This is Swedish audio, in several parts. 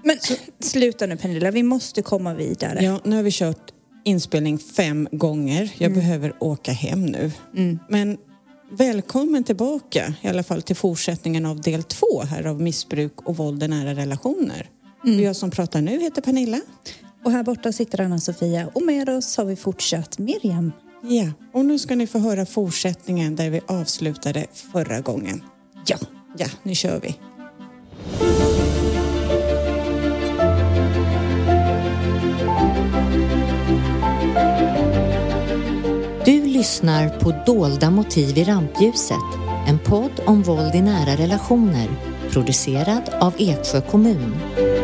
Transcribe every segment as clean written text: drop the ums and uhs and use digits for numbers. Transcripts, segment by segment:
Men sluta nu Pernilla, vi måste komma vidare. Ja, nu har vi kört inspelning 5 gånger. Jag behöver åka hem nu. Men välkommen tillbaka i alla fall till fortsättningen av del 2 här av missbruk och våld i nära relationer. Jag som pratar nu heter Pernilla. Och här borta sitter Anna-Sofia och med oss har vi fortsatt Miriam. Ja, och nu ska ni få höra fortsättningen där vi avslutade förra gången. Ja, nu kör vi. Du lyssnar på Dolda motiv i rampljuset, en podd om våld i nära relationer, producerad av Eksjö kommun.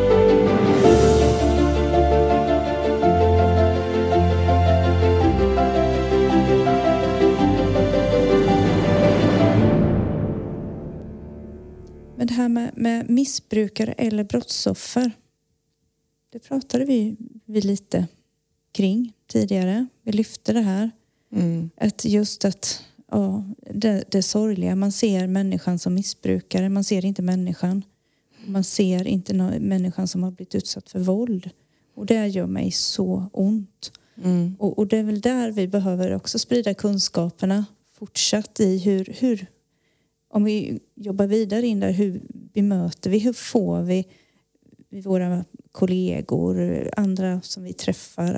Men det här med missbrukare eller brottsoffer, det pratade vi lite kring tidigare. Vi lyfte det här. Att just att det sorgliga, man ser människan som missbrukare, man ser inte människan. Man ser inte människan som har blivit utsatt för våld. Och det gör mig så ont. Och det är väl där vi behöver också sprida kunskaperna fortsatt i hur om vi jobbar vidare in där, hur bemöter vi, hur får vi våra kollegor, andra som vi träffar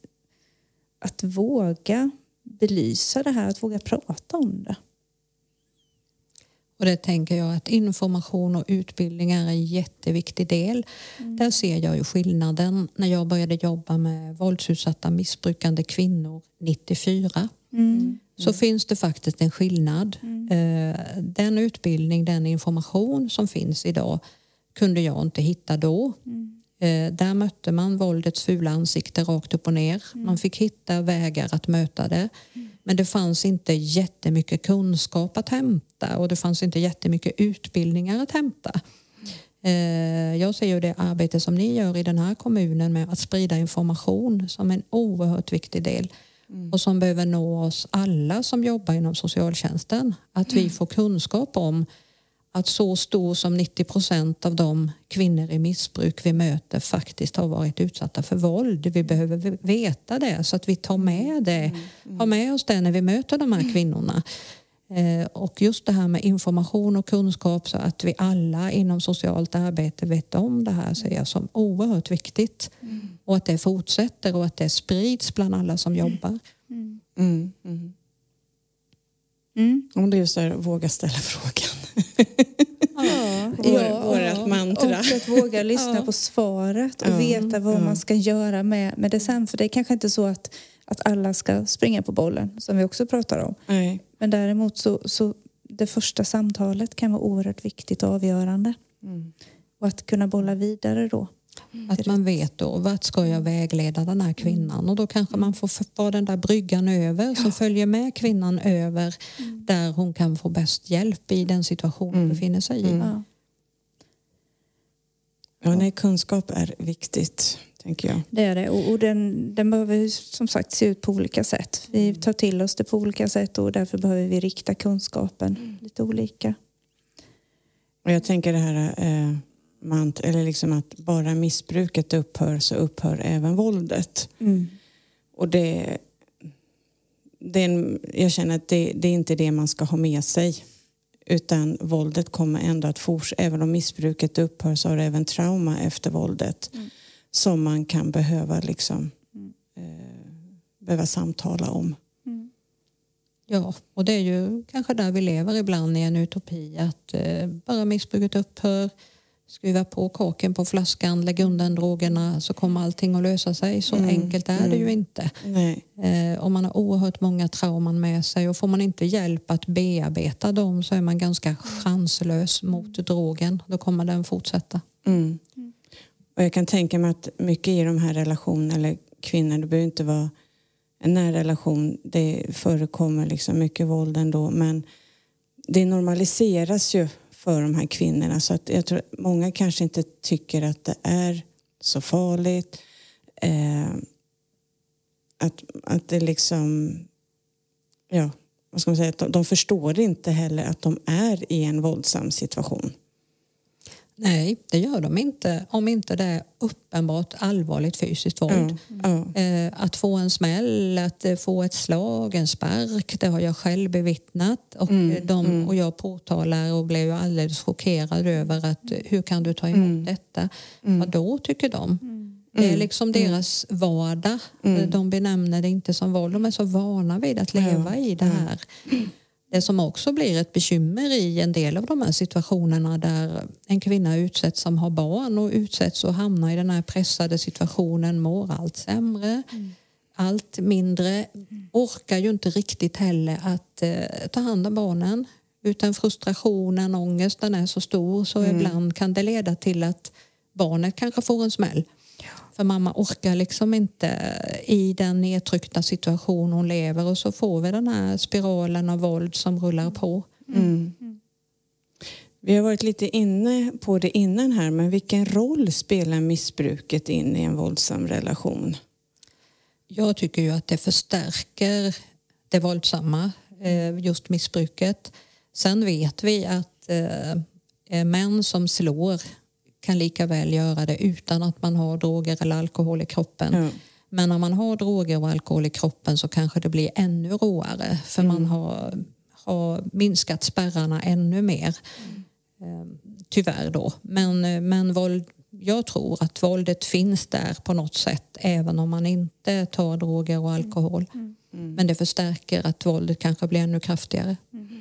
att våga belysa det här, att våga prata om det. Och det tänker jag att information och utbildning är en jätteviktig del. Där ser jag ju skillnaden när jag började jobba med våldsutsatta missbrukande kvinnor 94. Så finns det faktiskt en skillnad. Den utbildning, den information som finns idag kunde jag inte hitta då. Där mötte man våldets fula ansikte rakt upp och ner. Man fick hitta vägar att möta det. Men det fanns inte jättemycket kunskap att hämta. Och det fanns inte jättemycket utbildningar att hämta. Jag ser ju det arbete som ni gör i den här kommunen med att sprida information som en oerhört viktig del. Och som behöver nå oss alla som jobbar inom socialtjänsten. Att vi får kunskap om att så stor som 90% av de kvinnor i missbruk vi möter faktiskt har varit utsatta för våld. Vi behöver veta det så att vi tar med det. Har med oss det när vi möter de här kvinnorna. Och just det här med information och kunskap så att vi alla inom socialt arbete vet om det här ser jag som oerhört viktigt. Och att det fortsätter och att det sprids bland alla som jobbar. Om det är så här, våga ställa frågan. Vårat mantra. Och att våga lyssna på svaret och veta vad man ska göra med det sen. För det är kanske inte så att alla ska springa på bollen, som vi också pratar om. Nej. Men däremot så det första samtalet kan vara oerhört viktigt och avgörande. Och att kunna bolla vidare då. Att man vet då, vart ska jag vägleda den här kvinnan? Och då kanske man får vara den där bryggan över som följer med kvinnan över där hon kan få bäst hjälp i den situation hon befinner sig i. Ja, nej, kunskap är viktigt, tänker jag. Det är det. Och den behöver som sagt se ut på olika sätt. Vi tar till oss det på olika sätt och därför behöver vi rikta kunskapen lite olika. Och jag tänker det här eller liksom att bara missbruket upphör så upphör även våldet. Och jag känner att det är inte det man ska ha med sig. Utan våldet kommer ändå att fortsätta. Även om missbruket upphör så har det även trauma efter våldet. Som man kan behöva behöva samtala om. Ja, och det är ju kanske där vi lever ibland i en utopi. Att bara missbruket upphör. Skruva på korken på flaskan, lägga undan drogerna så kommer allting att lösa sig. Så enkelt är det ju inte. Om man har oerhört många trauman med sig och får man inte hjälp att bearbeta dem så är man ganska chanslös mot drogen. Då kommer den fortsätta. Och jag kan tänka mig att mycket i de här relationerna eller kvinnor, det behöver inte vara en nära relation. Det förekommer mycket våld ändå, men det normaliseras ju för de här kvinnorna. Så att jag tror att många kanske inte tycker att det är så farligt. Att det vad ska man säga, att de förstår inte heller att de är i en våldsam situation. Nej, det gör de inte om inte det är uppenbart allvarligt fysiskt våld. Att få en smäll, att få ett slag, en spark, det har jag själv bevittnat. Och jag påtalar och blev ju alldeles chockerad över att hur kan du ta emot detta? Vad då tycker de? Det är liksom deras vardag. De benämner det inte som våld. De är så vana vid att leva i det här. Det som också blir ett bekymmer i en del av de här situationerna där en kvinna utsätts som har barn och utsätts och hamnar i den här pressade situationen, mår allt sämre, allt mindre, orkar ju inte riktigt heller att ta hand om barnen. Utan frustrationen, ångesten är så stor så ibland kan det leda till att barnet kanske får en smäll. För mamma orkar liksom inte i den nedtryckta situation hon lever och så får vi den här spiralen av våld som rullar på. Vi har varit lite inne på det innan här, men vilken roll spelar missbruket in i en våldsam relation? Jag tycker ju att det förstärker det våldsamma, just missbruket. Sen vet vi att män som slår kan lika väl göra det utan att man har droger eller alkohol i kroppen. Men när man har droger och alkohol i kroppen så kanske det blir ännu råare. För man har minskat spärrarna ännu mer. Tyvärr då. Men våld, jag tror att våldet finns där på något sätt även om man inte tar droger och alkohol. Men det förstärker att våldet kanske blir ännu kraftigare.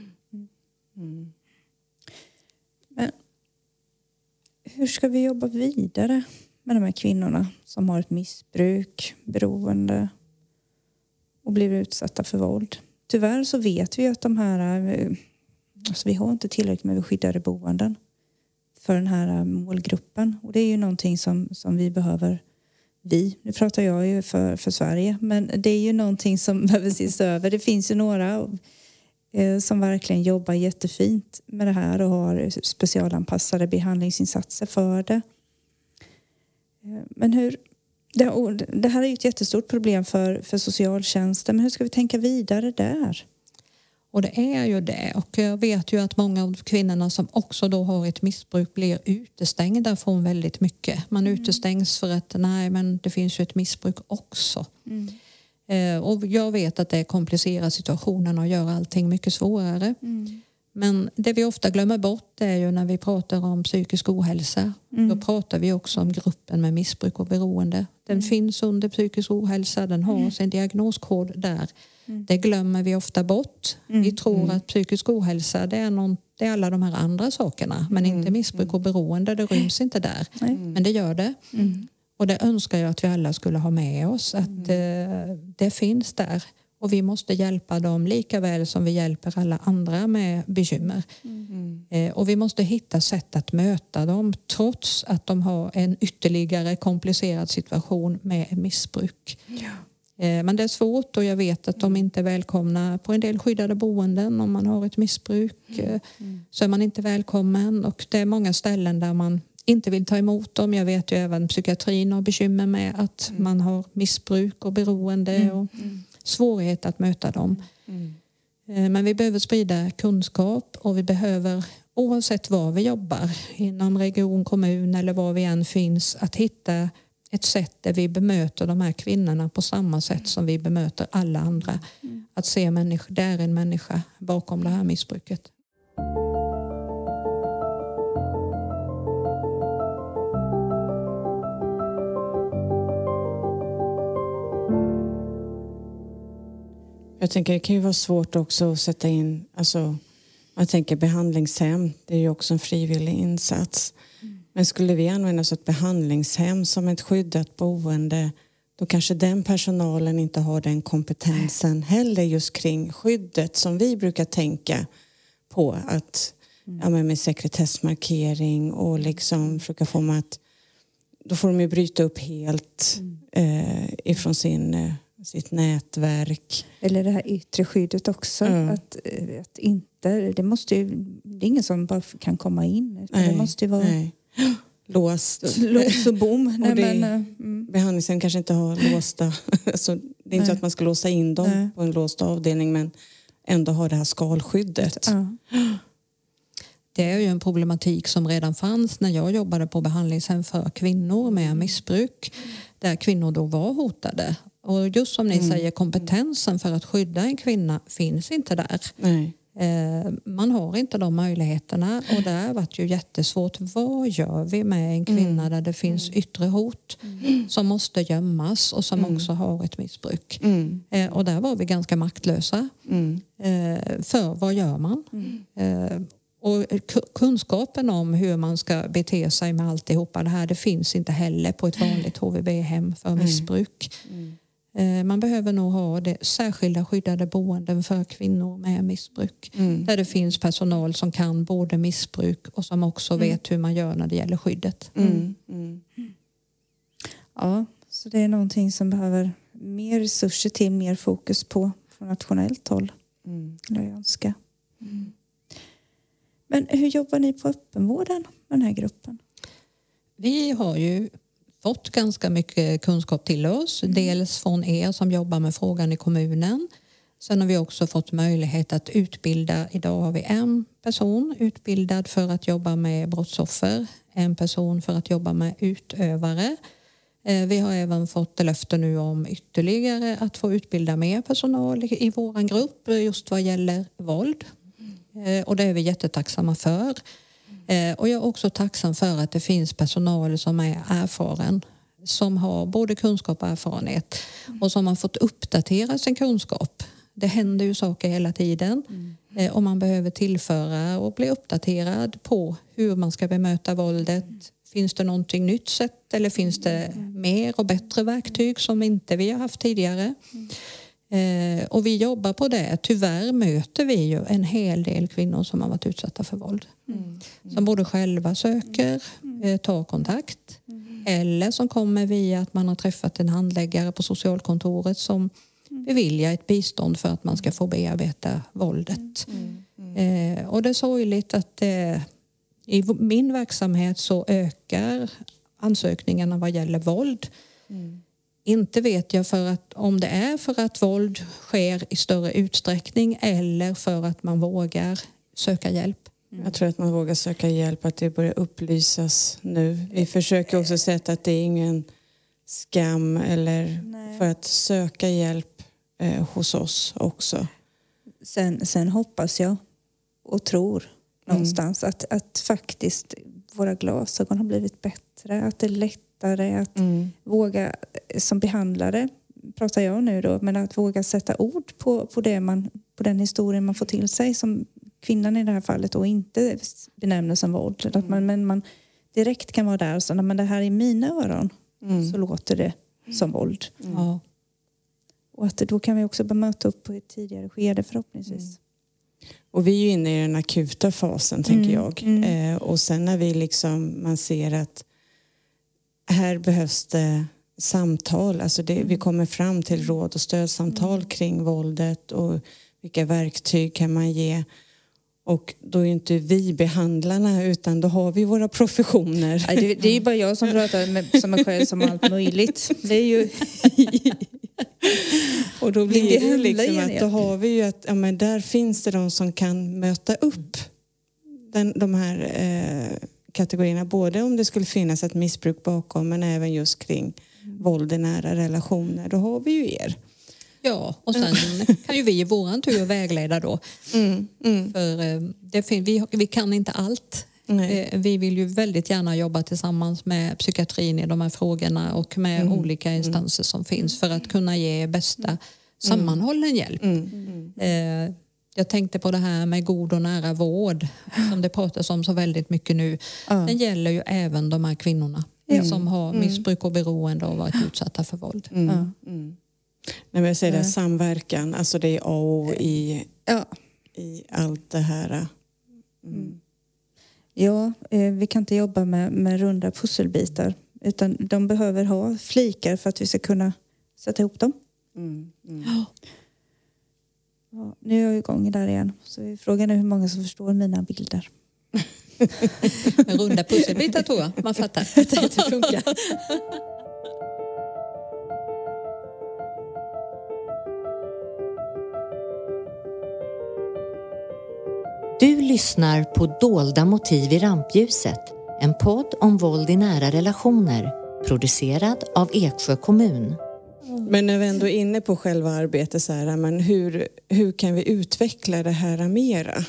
Men hur ska vi jobba vidare med de här kvinnorna som har ett missbruk, beroende och blir utsatta för våld? Tyvärr så vet vi att de här, alltså vi har inte tillräckligt med skyddade boenden för den här målgruppen. Och det är ju någonting som vi behöver, nu pratar jag ju för Sverige, men det är ju någonting som behöver ses över. Det finns ju några som verkligen jobbar jättefint med det här och har specialanpassade behandlingsinsatser för det. Men det här är ju ett jättestort problem för socialtjänsten, men hur ska vi tänka vidare där? Och det är ju det. Och jag vet ju att många av kvinnorna som också då har ett missbruk blir utestängda från väldigt mycket. Man utestängs för att men det finns ju ett missbruk också. Och jag vet att det komplicerar situationen och gör allting mycket svårare. Men det vi ofta glömmer bort är ju när vi pratar om psykisk ohälsa. Då pratar vi också om gruppen med missbruk och beroende. Den finns under psykisk ohälsa, den har sin diagnoskod där. Det glömmer vi ofta bort. Vi tror att psykisk ohälsa det är alla de här andra sakerna. Men inte missbruk och beroende, det ryms inte där. Men det gör det. Och det önskar jag att vi alla skulle ha med oss. Att det finns där. Och vi måste hjälpa dem lika väl som vi hjälper alla andra med bekymmer. Och vi måste hitta sätt att möta dem trots att de har en ytterligare komplicerad situation med missbruk. Men det är svårt och jag vet att de inte är välkomna på en del skyddade boenden. Om man har ett missbruk så är man inte välkommen. Och det är många ställen där man inte vill ta emot dem. Jag vet ju även psykiatrin har bekymmer med att man har missbruk och beroende och svårighet att möta dem. Men vi behöver sprida kunskap och vi behöver, oavsett var vi jobbar, inom region, kommun eller var vi än finns, att hitta ett sätt där vi bemöter de här kvinnorna på samma sätt som vi bemöter alla andra. Att se människor, det är en människa bakom det här missbruket. Jag tänker det kan ju vara svårt också att sätta in, alltså jag tänker behandlingshem, det är ju också en frivillig insats. Men skulle vi använda oss av ett behandlingshem som ett skyddat boende, då kanske den personalen inte har den kompetensen heller just kring skyddet som vi brukar tänka på, att med sekretessmarkering och liksom försöka få med att då får de ju bryta upp helt ifrån sitt nätverk. Eller det här yttre skyddet också. Att inte, det är ingen som bara kan komma in. Utan det måste ju vara låst och bom. Behandlingen kanske inte har låsta. Alltså, det är inte så att man ska låsa in dem på en låst avdelning, men ändå ha det här skalskyddet. Det är ju en problematik som redan fanns när jag jobbade på behandlingshem för kvinnor med missbruk. Där kvinnor då var hotade. Och just som ni säger, kompetensen för att skydda en kvinna finns inte där. Nej. Man har inte de möjligheterna och det har varit ju jättesvårt. Vad gör vi med en kvinna där det finns yttre hot som måste gömmas och som också har ett missbruk? Och där var vi ganska maktlösa. För vad gör man? Och kunskapen om hur man ska bete sig med alltihopa det här, det finns inte heller på ett vanligt HVB-hem för missbruk. Man behöver nog ha det särskilda skyddade boenden för kvinnor med missbruk. Där det finns personal som kan både missbruk och som också vet hur man gör när det gäller skyddet. Ja, så det är någonting som behöver mer resurser till, mer fokus på från nationellt håll. Det jag önskar. Men hur jobbar ni på öppenvården med den här gruppen? Vi har ju fått ganska mycket kunskap till oss. Dels från er som jobbar med frågan i kommunen. Sen har vi också fått möjlighet att utbilda. Idag har vi en person utbildad för att jobba med brottsoffer. En person för att jobba med utövare. Vi har även fått löfte nu om ytterligare att få utbilda mer personal i vår grupp just vad gäller våld. Och det är vi jättetacksamma för. Och jag är också tacksam för att det finns personal som är erfaren. Som har både kunskap och erfarenhet. Och som har fått uppdatera sin kunskap. Det händer ju saker hela tiden. Och man behöver tillföra och bli uppdaterad på hur man ska bemöta våldet. Finns det någonting nytt sätt eller finns det mer och bättre verktyg som inte vi har haft tidigare? Och vi jobbar på det. Tyvärr möter vi ju en hel del kvinnor som har varit utsatta för våld. Som både själva söker, tar kontakt. Eller som kommer via att man har träffat en handläggare på socialkontoret som beviljar ett bistånd för att man ska få bearbeta våldet. Och det är sorgligt att i min verksamhet så ökar ansökningarna vad gäller våld. Inte vet jag för att, om det är för att våld sker i större utsträckning eller för att man vågar söka hjälp. Jag tror att man vågar söka hjälp, att det börjar upplysas nu. Vi försöker också sätta att det är ingen skam eller för att söka hjälp hos oss också. Sen hoppas jag och tror någonstans att faktiskt våra glasögon har blivit bättre. Att det är lättare att våga, som behandlare pratar jag nu då, men att våga sätta ord på den historien man får till sig som kvinnan i det här fallet och inte benämner som våld. Att man direkt kan vara där och säga, men det här i mina öron så låter det som våld. Ja. Och att då kan vi också bemöta upp på ett tidigare skede förhoppningsvis. Och vi är ju inne i den akuta fasen tänker jag. Och sen när vi man ser att här behövs det samtal. Alltså vi kommer fram till råd och stödsamtal kring våldet och vilka verktyg kan man ge. Och då är ju inte vi behandlarna utan då har vi våra professioner. Det är ju bara jag som pratar som mig själv som allt möjligt. Det är ju... Och då blir det liksom att då har vi ju att men där finns det de som kan möta upp de här kategorierna. Både om det skulle finnas ett missbruk bakom men även just kring våld i nära relationer. Då har vi ju er. Ja, och sen kan ju vi i våran tur vägleda då. För vi kan inte allt. Vi vill ju väldigt gärna jobba tillsammans med psykiatrin i de här frågorna och med olika instanser som finns för att kunna ge bästa sammanhållen hjälp. Jag tänkte på det här med god och nära vård som det pratas om så väldigt mycket nu. Den gäller ju även de här kvinnorna som har missbruk och beroende och varit utsatta för våld. När jag säger det, samverkan, alltså det är A och O i allt det här. Ja, vi kan inte jobba med runda pusselbitar utan de behöver ha flikar för att vi ska kunna sätta ihop dem. Ja, nu är jag igång där igen. Så frågan är hur många som förstår mina bilder. Med runda pusselbitar tror jag man fattar att det funkar. Du lyssnar på Dolda motiv i rampljuset, en podd om våld i nära relationer, producerad av Eksjö kommun. Men när vi ändå är inne på själva arbetet så här, men hur kan vi utveckla det här mera?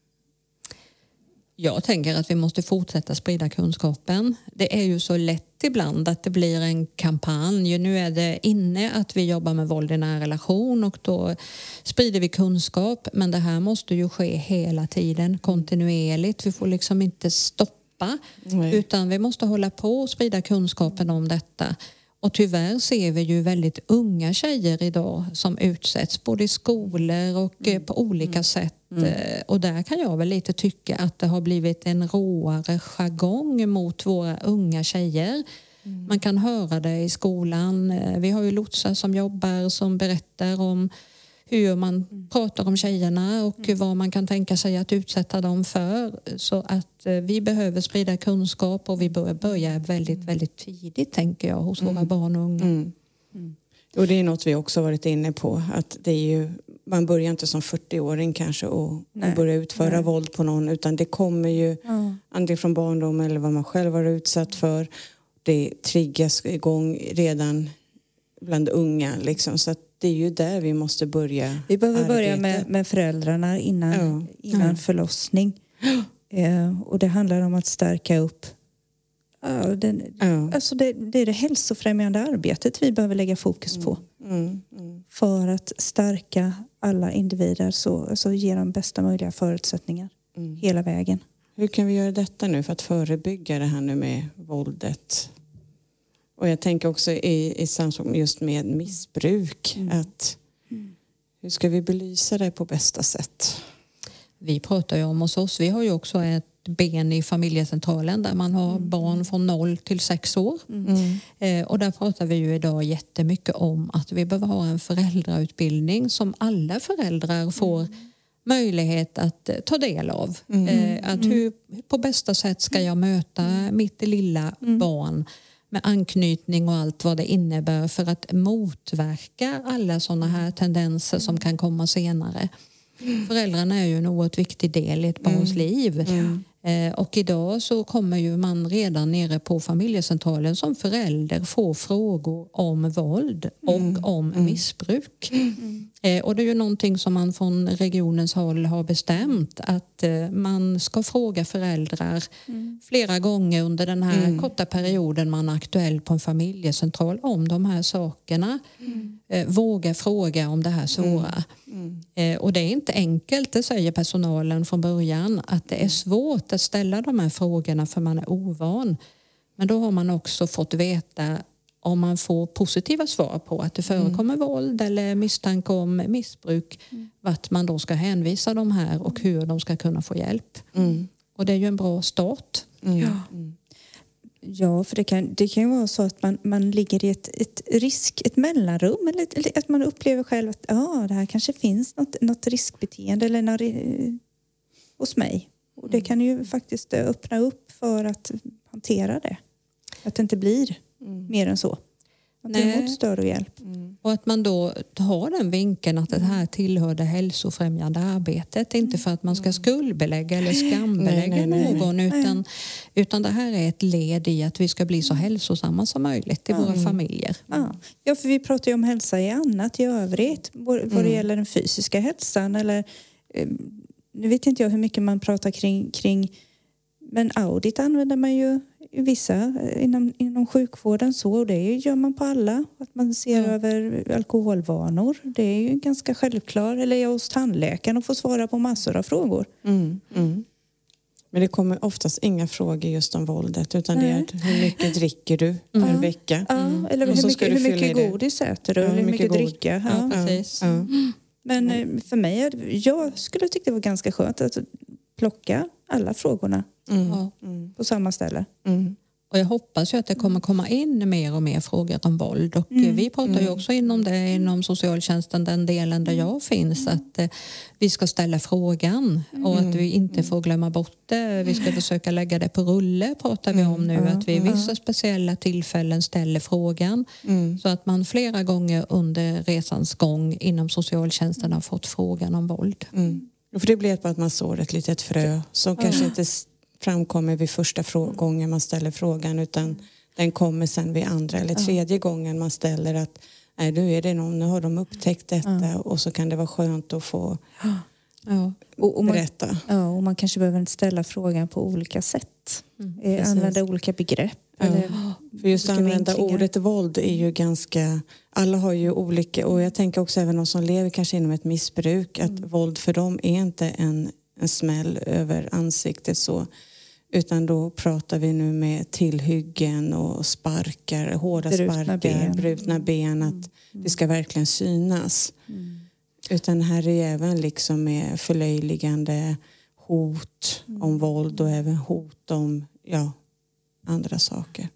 Jag tänker att vi måste fortsätta sprida kunskapen. Det är ju så lätt ibland att det blir en kampanj. Nu är det inne att vi jobbar med våld i nära relation och då sprider vi kunskap. Men det här måste ju ske hela tiden, kontinuerligt. Vi får liksom inte stoppa. Nej. Utan vi måste hålla på och sprida kunskapen om detta. Och tyvärr ser vi ju väldigt unga tjejer idag som utsätts både i skolor och på olika sätt. Och där kan jag väl lite tycka att det har blivit en råare jargong mot våra unga tjejer. Man kan höra det i skolan. Vi har ju lotsar som jobbar som berättar om hur man pratar om tjejerna och vad man kan tänka sig att utsätta dem för. Så att vi behöver sprida kunskap och vi bör börja väldigt, väldigt tidigt, tänker jag, hos våra barn och unga. Och det är något vi också varit inne på, att det är ju, man börjar inte som 40-åring kanske och börja utföra våld på någon, utan det kommer ju antingen från barndom eller vad man själv har utsatt för. Det triggas igång redan bland unga liksom, så att det är ju där vi måste börja. Vi behöver börja med föräldrarna innan förlossning. Och det handlar om att stärka upp. Alltså det är det hälsofrämjande arbetet vi behöver lägga fokus på. För att stärka alla individer, så ge dem bästa möjliga förutsättningar hela vägen. Hur kan vi göra detta nu för att förebygga det här nu med våldet? Och jag tänker också i samsyn just med missbruk. Att hur ska vi belysa det på bästa sätt? Vi pratar ju om hos oss. Vi har ju också ett ben i familjecentralen där man har barn från 0 till 6 år. Och där pratar vi ju idag jättemycket om att vi behöver ha en föräldrautbildning som alla föräldrar får möjlighet att ta del av. Att hur på bästa sätt ska jag möta mitt lilla barn med anknytning och allt vad det innebär för att motverka alla sådana här tendenser som kan komma senare. Föräldrarna är ju en oerhört viktig del i ett barns liv. Och idag så kommer ju man redan nere på familjecentralen som förälder få frågor om våld och om missbruk. Och det är ju någonting som man från regionens håll har bestämt att man ska fråga föräldrar flera gånger under den här korta perioden man är aktuell på en familjecentral om de här sakerna. Våga fråga om det här svåra. Och det är inte enkelt, det säger personalen från början, att det är svårt att ställa de här frågorna för man är ovan. Men då har man också fått veta, om man får positiva svar på att det förekommer våld eller misstanke om missbruk, vart man då ska hänvisa de här och hur de ska kunna få hjälp. Och det är ju en bra start. Ja, för det kan ju vara så att man ligger i ett mellanrum, eller att man upplever själv att det här kanske finns något riskbeteende eller hos mig. Och det kan ju faktiskt öppna upp för att hantera det. Att det inte blir mer än så. Att ta emot stöd och hjälp. Och att man då har den vinkeln att det här tillhör det hälsofrämjande arbetet. Inte för att man ska skuldbelägga eller skambelägga någon. Utan det här är ett led i att vi ska bli så hälsosamma som möjligt i våra familjer. Ja, för vi pratar ju om hälsa i annat i övrigt. Vad det gäller den fysiska hälsan. Eller, nu vet inte jag hur mycket man pratar kring men audit använder man ju i vissa inom sjukvården så, och det gör man på alla. Att man ser över alkoholvanor. Det är ju ganska självklart. Eller hos tandläkaren och får svara på massor av frågor. Men det kommer oftast inga frågor just om våldet, utan det är hur mycket dricker du per vecka. Eller hur mycket godis äter du, eller hur mycket dricka. Precis. Men för mig, jag skulle tycka det var ganska skönt att plocka alla frågorna på samma ställe. Och jag hoppas ju att det kommer komma in mer och mer frågor om våld. Och vi pratar ju också inom socialtjänsten, den delen där jag finns, att vi ska ställa frågan och att vi inte får glömma bort det. Vi ska försöka lägga det på rulle, pratar vi om nu. Att vi vissa speciella tillfällen ställer frågan. Så att man flera gånger under resans gång inom socialtjänsten har fått frågan om våld. För det blir att man sår ett litet frö som kanske inte framkommer vid första gången man ställer frågan, utan den kommer sen vid andra eller tredje gången man ställer att nej, nu är det någon, nu har de upptäckt detta och så kan det vara skönt att få berätta. Och man kanske behöver inte ställa frågan på olika sätt. Använda olika begrepp. Eller för just att använda ordet våld är ju ganska, alla har ju olika, och jag tänker också även de som lever kanske inom ett missbruk, att våld för dem är inte en smäll över ansiktet så, utan då pratar vi nu med tillhyggen och sparkar, hårda sparkar, brutna ben, att det ska verkligen synas. Utan här är även liksom med förlöjligande hot om våld och även hot om andra saker.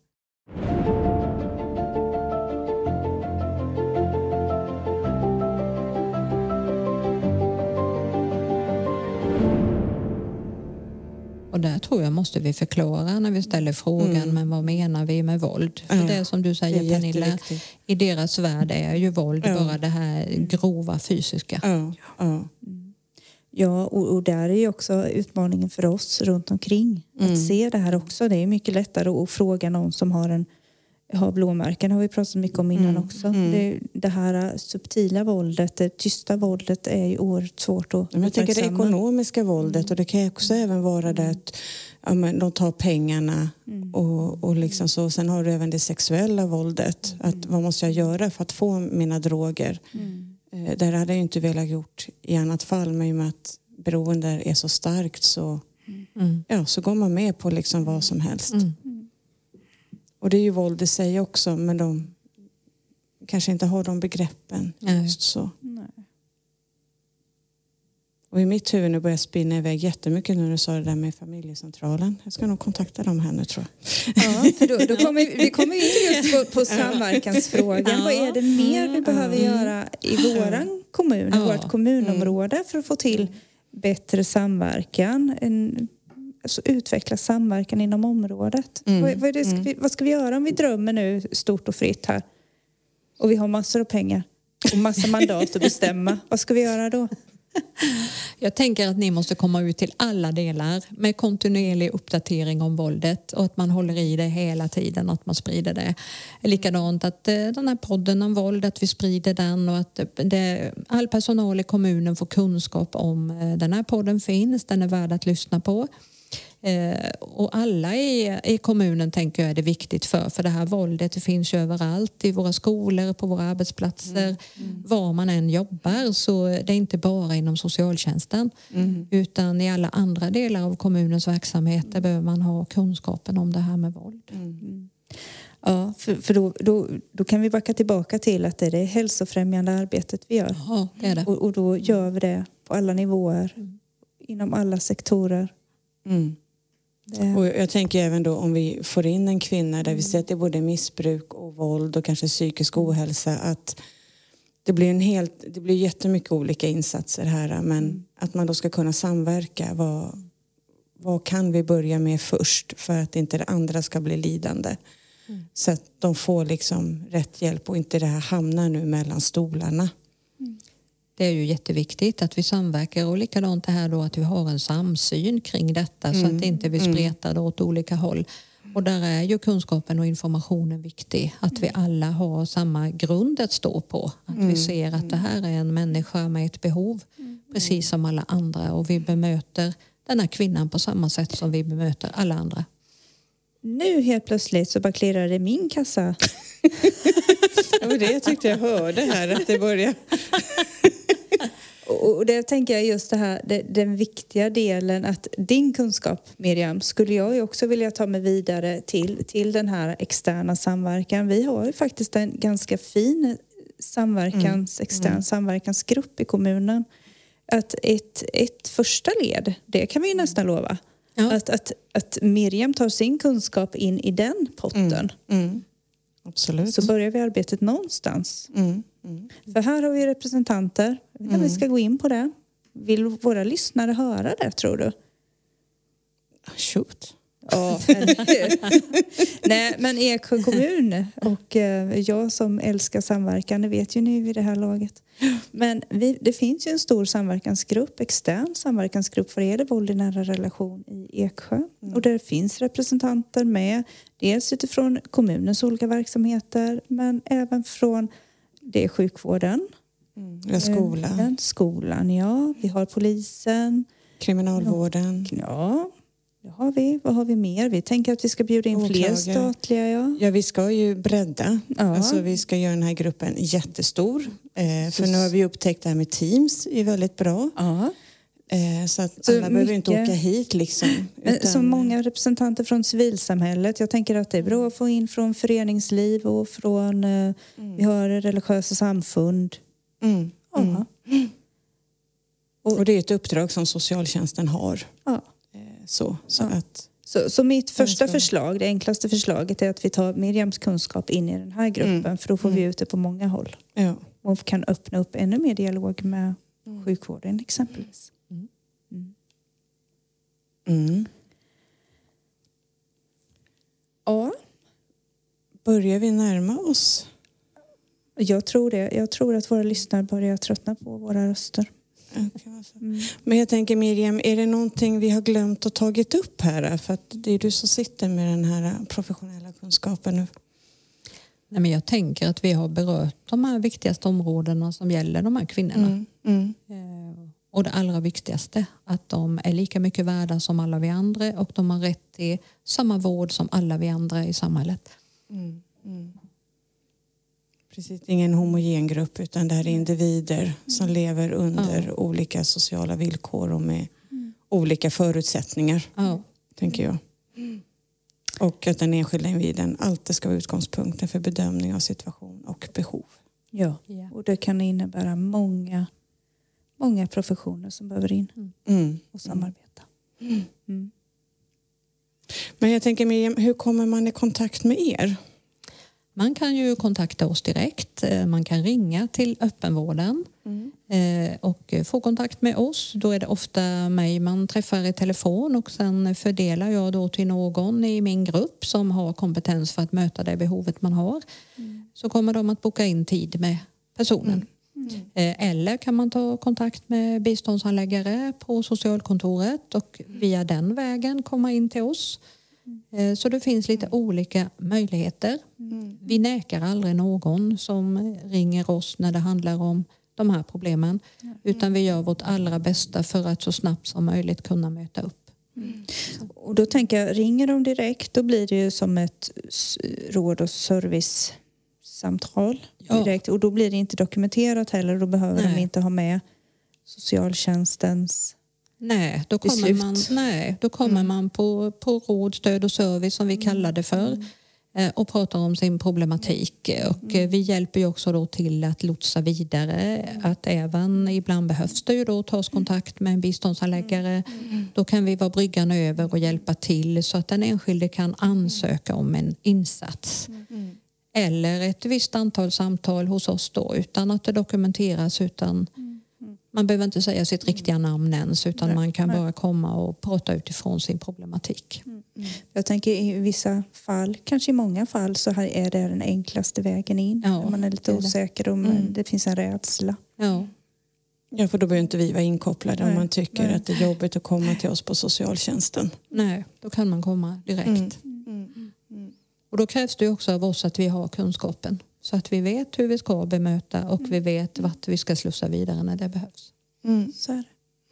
Och där tror jag måste vi förklara när vi ställer frågan, men vad menar vi med våld? För det är som du säger, Pernilla, i deras värld är ju våld bara det här grova fysiska. Ja, och där är ju också utmaningen för oss runt omkring. Att se det här också. Det är mycket lättare att fråga någon som har blåmärken, har vi pratat mycket om innan också. Det här subtila våldet, det tysta våldet är ju oerhört svårt att jag tycker det ekonomiska våldet, och det kan ju också även vara det att de tar pengarna och liksom så. Sen har du även det sexuella våldet. Att vad måste jag göra för att få mina droger? Där hade jag ju inte velat gjort i annat fall, men i och med att beroende är så starkt så går man med på liksom vad som helst. Och det är ju våld i sig också, men de kanske inte har de begreppen just så. Nej. Och i mitt huvud nu börjar spinna iväg jättemycket när du sa det där med familjecentralen. Jag ska nog kontakta dem här nu, tror jag. Ja, för då kommer in just på samverkansfrågan. Vad är det mer vi behöver göra i våran kommun, i vårt kommunområde för att få till bättre samverkan? Alltså utveckla samverkan inom området. Vad ska vi göra om vi drömmer nu stort och fritt här? Och vi har massor av pengar och massa mandat att bestämma. Vad ska vi göra då? Jag tänker att ni måste komma ut till alla delar med kontinuerlig uppdatering om våldet, och att man håller i det hela tiden, att man sprider det. Likadant att den här podden om våld, att vi sprider den, och att all personal i kommunen får kunskap om den här podden finns, den är värd att lyssna på. Och alla i kommunen tänker jag är det viktigt för det här våldet, det finns ju överallt, i våra skolor, på våra arbetsplatser, var man än jobbar, så det är inte bara inom socialtjänsten utan i alla andra delar av kommunens verksamhet där behöver man ha kunskapen om det här med våld. Ja, för då kan vi backa tillbaka till att det är det hälsofrämjande arbetet vi gör. Ja, det är det. Och då gör vi det på alla nivåer, inom alla sektorer. Och jag tänker även då om vi får in en kvinna där vi ser att det är både missbruk och våld och kanske psykisk ohälsa, att det blir jättemycket olika insatser här, men att man då ska kunna samverka. Vad kan vi börja med först för att inte det andra ska bli lidande? Så att de får liksom rätt hjälp och inte det här hamnar nu mellan stolarna. Det är ju jätteviktigt att vi samverkar, och likadant det här då att vi har en samsyn kring detta så att inte vi spretar åt olika håll. Och där är ju kunskapen och informationen viktig. Att vi alla har samma grund att stå på. Att vi ser att det här är en människa med ett behov precis som alla andra, och vi bemöter den här kvinnan på samma sätt som vi bemöter alla andra. Nu helt plötsligt så bara klirrar det i min kassa. Det var det jag tyckte jag hörde här, att det börjar. Och det tänker jag just det här, den viktiga delen, att din kunskap, Miriam, skulle jag ju också vilja ta mig vidare till den här externa samverkan. Vi har ju faktiskt en ganska fin extern samverkansgrupp i kommunen. Att ett första led, det kan vi ju nästan lova. Ja. Att Miriam tar sin kunskap in i den potten. Absolut. Så börjar vi arbetet någonstans. För här har vi representanter. Vi ska gå in på det. Vill våra lyssnare höra det, tror du? Shoot. Ja, nej, men Eksjö kommun och jag som älskar samverkan, det vet ju ni vid det här laget. Men det finns ju en stor samverkansgrupp, extern samverkansgrupp för det våld i nära relation i Eksjö. Och där finns representanter med, dels utifrån kommunens olika verksamheter men även från det sjukvården. Skolan, ja. Vi har polisen. Kriminalvården. Ja, det har vi. Vad har vi mer? Vi tänker att vi ska bjuda in fler statliga. Ja, vi ska ju bredda. Ja. Alltså, vi ska göra den här gruppen jättestor. För nu har vi upptäckt det här med Teams är väldigt bra. Ja. Så att alla behöver inte åka hit liksom. Utan... Så många representanter från civilsamhället. Jag tänker att det är bra att få in från föreningsliv och från vi har religiösa samfund. Ja. Och det är ett uppdrag som socialtjänsten har. Ja. Så mitt första förslag, det enklaste förslaget är att vi tar Miriams kunskap in i den här gruppen. För då får vi ut det på många håll. Ja. Och kan öppna upp ännu mer dialog med sjukvården exempelvis. Ja. Börjar vi närma oss? Jag tror det. Jag tror att våra lyssnare börjar tröttna på våra röster. Men jag tänker Miriam, är det någonting vi har glömt att tagit upp här? För att det är du som sitter med den här professionella kunskapen nu. Nej, men jag tänker att vi har berört de här viktigaste områdena som gäller de här kvinnorna. Och det allra viktigaste, att de är lika mycket värda som alla vi andra och de har rätt till samma vård som alla vi andra i samhället. Precis, ingen homogen grupp utan det här är individer som lever under olika sociala villkor och med olika förutsättningar, tänker jag. Och att den enskilda individen alltid ska vara utgångspunkten för bedömning av situation och behov. Ja, och det kan innebära många professioner som behöver in och samarbeta. Men jag tänker Miriam, hur kommer man i kontakt med er? Man kan ju kontakta oss direkt. Man kan ringa till öppenvården och få kontakt med oss. Då är det ofta mig man träffar i telefon och sen fördelar jag då till någon i min grupp som har kompetens för att möta det behovet man har. Så kommer de att boka in tid med personen. Eller kan man ta kontakt med biståndshandläggare på socialkontoret och via den vägen komma in till oss. Så det finns lite olika möjligheter. Vi nekar aldrig någon som ringer oss när det handlar om de här problemen. Utan vi gör vårt allra bästa för att så snabbt som möjligt kunna möta upp. Och då tänker jag, ringer de direkt då blir det ju som ett råd- och servicesamtal direkt. Och då blir det inte dokumenterat heller. Då behöver de inte ha med socialtjänstens... Nej, då kommer man på råd, stöd och service som vi kallar det för och pratar om sin problematik. Och vi hjälper ju också då till att lotsa vidare att även ibland behövs det ju då tas kontakt med en biståndshandläggare. Då kan vi vara bryggan över och hjälpa till så att den enskilde kan ansöka om en insats. Eller ett visst antal samtal hos oss då utan att det dokumenteras utan... Man behöver inte säga sitt riktiga namn ens utan man kan bara komma och prata utifrån sin problematik. Jag tänker i vissa fall, kanske i många fall så här är det den enklaste vägen in. När man är lite osäker och det finns en rädsla. Ja, för då behöver inte vi vara inkopplade om man tycker att det är jobbigt att komma till oss på socialtjänsten. Nej, då kan man komma direkt. Och då krävs det också av oss att vi har kunskapen. Så att vi vet hur vi ska bemöta och vi vet vart vi ska slussa vidare när det behövs. Så är det.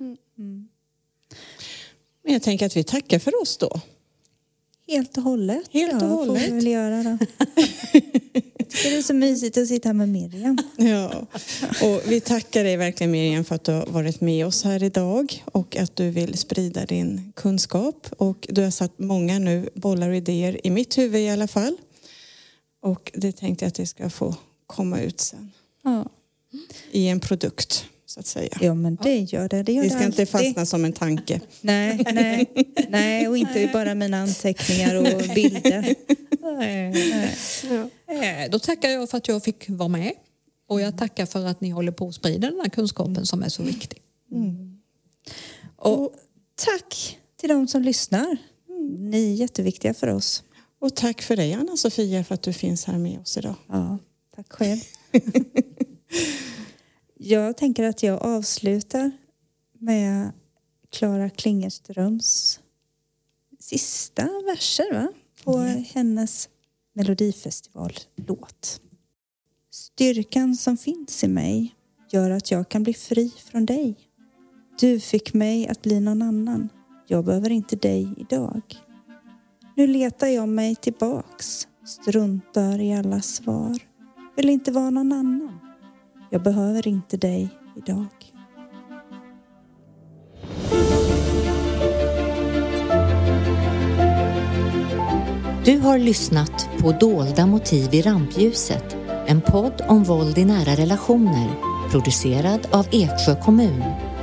Men jag tänker att vi tackar för oss då. Helt och hållet. Helt och hållet. Får vi väl göra då. Jag tycker det är så mysigt att sitta här med Miriam. Ja, och vi tackar dig verkligen Miriam för att du har varit med oss här idag och att du vill sprida din kunskap. Och du har satt många nu bollar och idéer i mitt huvud i alla fall. Och det tänkte jag att det ska få komma ut sen. I en produkt, så att säga. Ja, men det gör det. Det ska inte fastna som en tanke. Nej, och inte bara mina anteckningar och bilder. Då tackar jag för att jag fick vara med. Och jag tackar för att ni håller på att sprida den här kunskapen som är så viktig. Och tack till de som lyssnar. Ni är jätteviktiga för oss. Och tack för dig, Anna-Sofia, för att du finns här med oss idag. Ja, tack själv. Jag tänker att jag avslutar med Klara Klingerströms sista verser, va? På hennes Melodifestivallåt. Styrkan som finns i mig gör att jag kan bli fri från dig. Du fick mig att bli någon annan. Jag behöver inte dig idag. Nu letar jag mig tillbaks. Struntar i alla svar. Vill inte vara någon annan. Jag behöver inte dig idag. Du har lyssnat på Dolda motiv i rampljuset. En podd om våld i nära relationer. Producerad av Eksjö kommun.